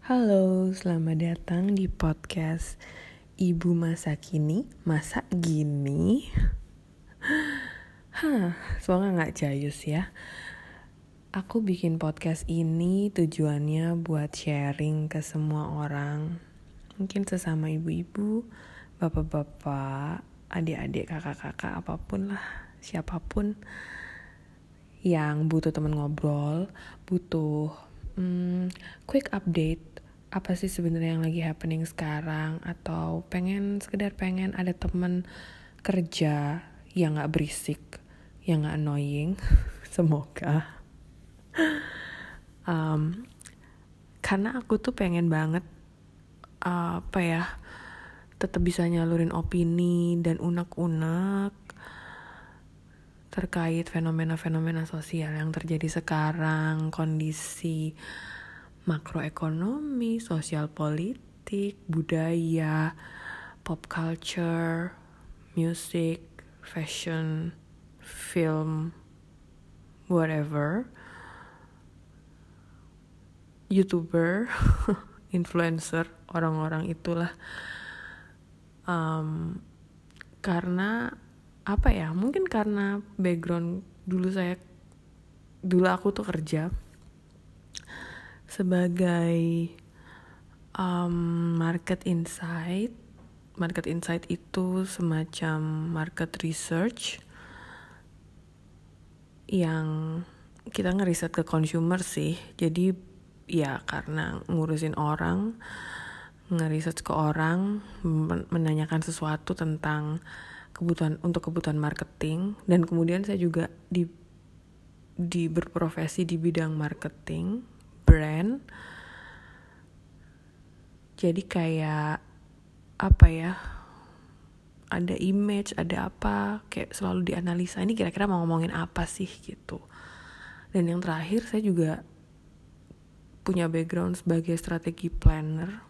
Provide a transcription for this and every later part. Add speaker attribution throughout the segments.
Speaker 1: Halo, selamat datang di podcast Ibu Masa Kini, Masa Gini. Semoga gak jayus ya. Aku bikin podcast ini tujuannya buat sharing ke semua orang. Mungkin sesama ibu-ibu, bapak-bapak, adik-adik, kakak-kakak, apapun lah, siapapun yang butuh teman ngobrol, butuh quick update apa sih sebenarnya yang lagi happening sekarang, atau sekedar pengen ada teman kerja yang nggak berisik, yang nggak annoying. Semoga karena aku tuh pengen banget tetap bisa nyalurin opini dan unek-unek terkait fenomena-fenomena sosial yang terjadi sekarang, kondisi makroekonomi, sosial politik, budaya, pop culture, music, fashion, film, whatever, YouTuber, influencer, orang-orang itulah. Karena mungkin karena background dulu aku tuh kerja sebagai market insight. Market insight itu semacam market research yang kita ngeriset ke consumer sih. Jadi ya karena ngurusin orang, ngeriset ke orang, menanyakan sesuatu tentang kebutuhan marketing, dan kemudian saya juga berprofesi di bidang marketing, brand. Jadi kayak ada image, ada apa, kayak selalu dianalisa, ini kira-kira mau ngomongin apa sih gitu. Dan yang terakhir, saya juga punya background sebagai strategi planner,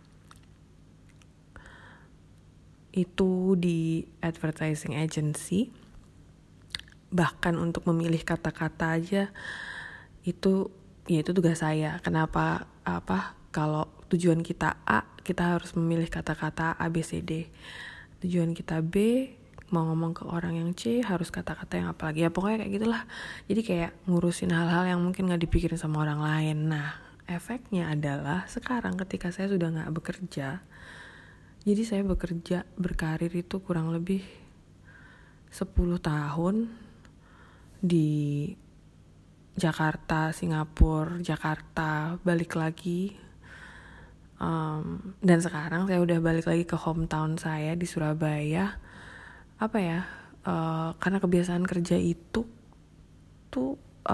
Speaker 1: itu di advertising agency. Bahkan untuk memilih kata-kata aja itu tugas saya. Kenapa kalau tujuan kita A, kita harus memilih kata-kata A, B, C, D. Tujuan kita B, mau ngomong ke orang yang C, harus kata-kata yang apa lagi. Ya pokoknya kayak gitulah. Jadi kayak ngurusin hal-hal yang mungkin gak dipikirin sama orang lain. Nah, efeknya adalah sekarang ketika saya sudah gak bekerja, jadi saya berkarir itu kurang lebih 10 tahun di Jakarta, Singapura, Jakarta, balik lagi. Dan sekarang saya udah balik lagi ke hometown saya di Surabaya. Karena kebiasaan kerja itu tuh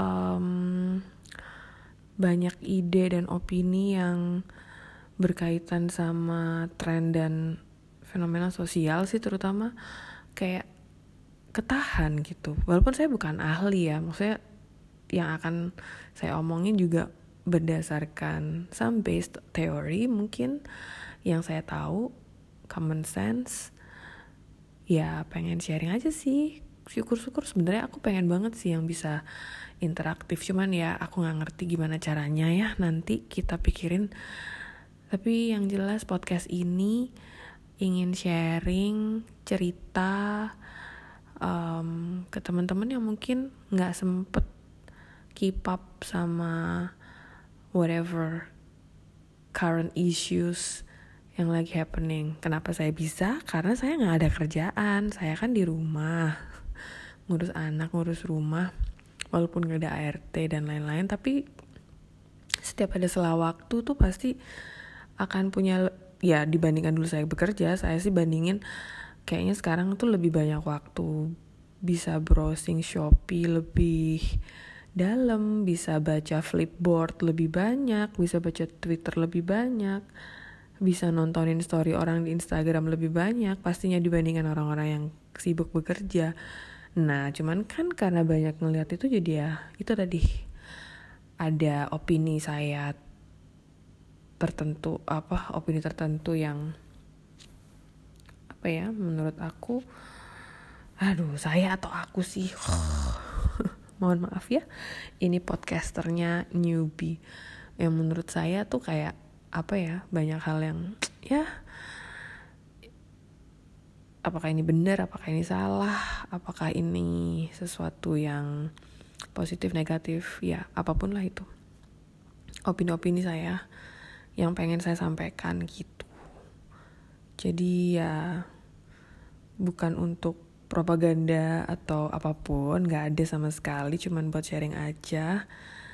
Speaker 1: banyak ide dan opini yang berkaitan sama tren dan fenomena sosial sih, terutama kayak ketahan gitu. Walaupun saya bukan ahli ya, maksudnya yang akan saya omongin juga berdasarkan some based theory mungkin yang saya tahu, common sense. Ya pengen sharing aja sih. Syukur-syukur sebenarnya aku pengen banget sih yang bisa interaktif, cuman ya aku nggak ngerti gimana caranya ya, nanti kita pikirin. Tapi yang jelas podcast ini ingin sharing cerita ke teman-teman yang mungkin nggak sempet keep up sama whatever current issues yang lagi happening. Kenapa saya bisa? Karena saya nggak ada kerjaan. Saya kan di rumah, ngurus anak, ngurus rumah, walaupun nggak ada ART dan lain-lain. Tapi setiap ada sela waktu tuh pasti akan punya, ya dibandingkan dulu saya bekerja, saya sih bandingin kayaknya sekarang tuh lebih banyak waktu, bisa browsing Shopee lebih dalam, bisa baca Flipboard lebih banyak, bisa baca Twitter lebih banyak, bisa nontonin story orang di Instagram lebih banyak pastinya dibandingkan orang-orang yang sibuk bekerja. Nah cuman kan karena banyak ngeliat itu, jadi ya itu tadi, ada opini saya opini tertentu yang menurut aku, saya atau aku sih mohon maaf ya, ini podcasternya newbie, yang menurut saya tuh kayak banyak hal yang ya, apakah ini benar, apakah ini salah, apakah ini sesuatu yang positif, negatif, ya apapun lah itu. Opini-opini saya yang pengen saya sampaikan gitu. Jadi ya bukan untuk propaganda atau apapun, gak ada sama sekali, cuman buat sharing aja.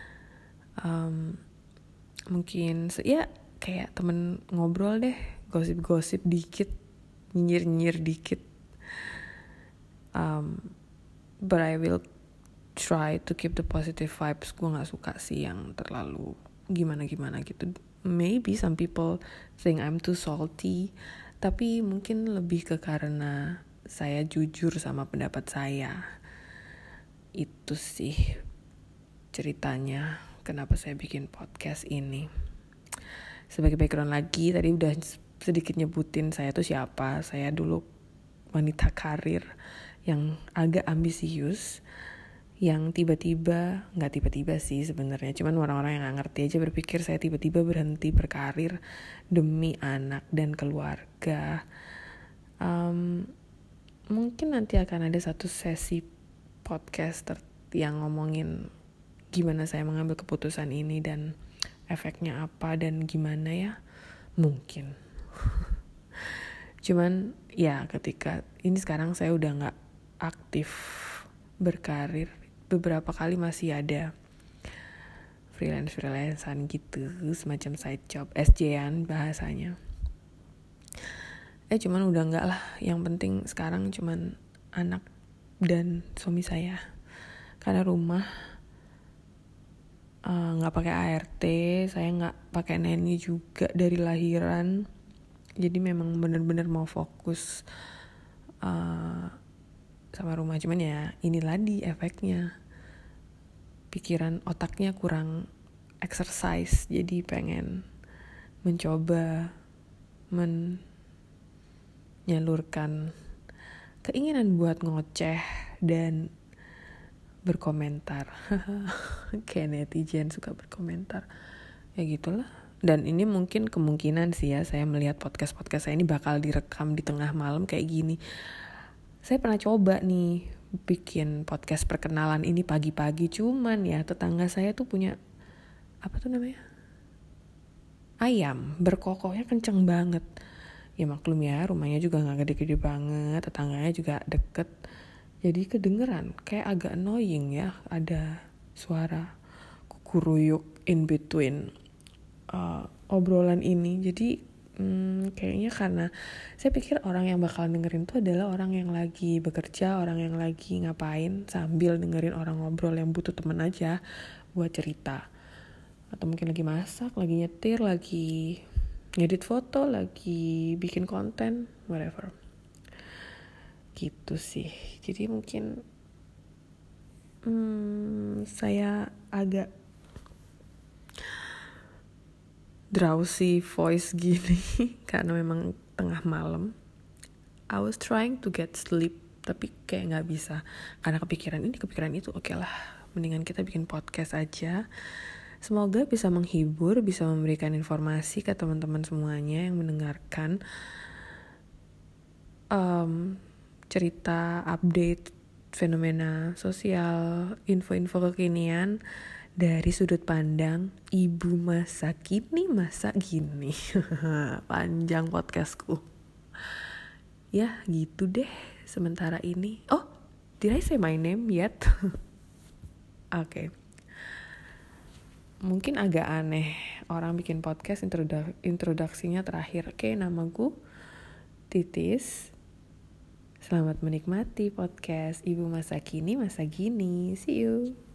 Speaker 1: Mungkin ya kayak temen ngobrol deh, gosip-gosip dikit, nyinyir dikit. But I will try to keep the positive vibes. Gue gak suka sih yang terlalu gimana-gimana gitu. Maybe some people think I'm too salty, tapi mungkin lebih ke karena saya jujur sama pendapat saya. Itu sih ceritanya kenapa saya bikin podcast ini. Sebagai background lagi, tadi udah sedikit nyebutin saya tuh siapa. Saya dulu wanita karir yang agak ambisius, yang nggak tiba-tiba sih sebenarnya, cuman orang-orang yang nggak ngerti aja berpikir saya tiba-tiba berhenti berkarir demi anak dan keluarga. Mungkin nanti akan ada satu sesi podcast yang ngomongin gimana saya mengambil keputusan ini dan efeknya apa dan gimana ya, mungkin. Cuman ya ketika ini sekarang saya udah nggak aktif berkarir, beberapa kali masih ada freelance-freelancean gitu, semacam side job, SJ-an bahasanya. Cuman udah enggak lah, yang penting sekarang cuman anak dan suami saya. Karena rumah nggak pakai ART, saya nggak pakai nanny juga dari lahiran, jadi memang benar-benar mau fokus sama rumah. Cuman ya inilah di efeknya, pikiran otaknya kurang exercise, jadi pengen mencoba menyalurkan keinginan buat ngoceh dan berkomentar. Kayak netizen suka berkomentar ya gitulah. Dan ini mungkin kemungkinan sih ya, saya melihat podcast saya ini bakal direkam di tengah malam kayak gini. Saya pernah coba nih bikin podcast perkenalan ini pagi-pagi, cuman ya tetangga saya tuh punya ayam, berkokoknya kenceng banget. Ya maklum ya, rumahnya juga gak gede-gede banget, tetangganya juga deket, jadi kedengeran kayak agak annoying ya, ada suara kukuruyuk in between obrolan ini. Jadi kayaknya karena saya pikir orang yang bakal dengerin tuh adalah orang yang lagi bekerja, orang yang lagi ngapain sambil dengerin orang ngobrol, yang butuh teman aja buat cerita, atau mungkin lagi masak, lagi nyetir, lagi ngedit foto, lagi bikin konten, whatever gitu sih. Jadi mungkin saya agak drowsy voice gini karena memang tengah malam. I was trying to get sleep, tapi kayak nggak bisa karena kepikiran ini kepikiran itu. Oke lah, mendingan kita bikin podcast aja. Semoga bisa menghibur, bisa memberikan informasi ke teman-teman semuanya yang mendengarkan. Cerita, update, fenomena sosial, info-info kekinian dari sudut pandang ibu masa kini, masa gini. Panjang podcastku. Ya gitu deh sementara ini. Oh, did I say my name yet? Oke. Mungkin agak aneh orang bikin podcast introduksinya terakhir. Oke, namaku Titis. Selamat menikmati podcast Ibu Masa Kini, Masa Gini. See you.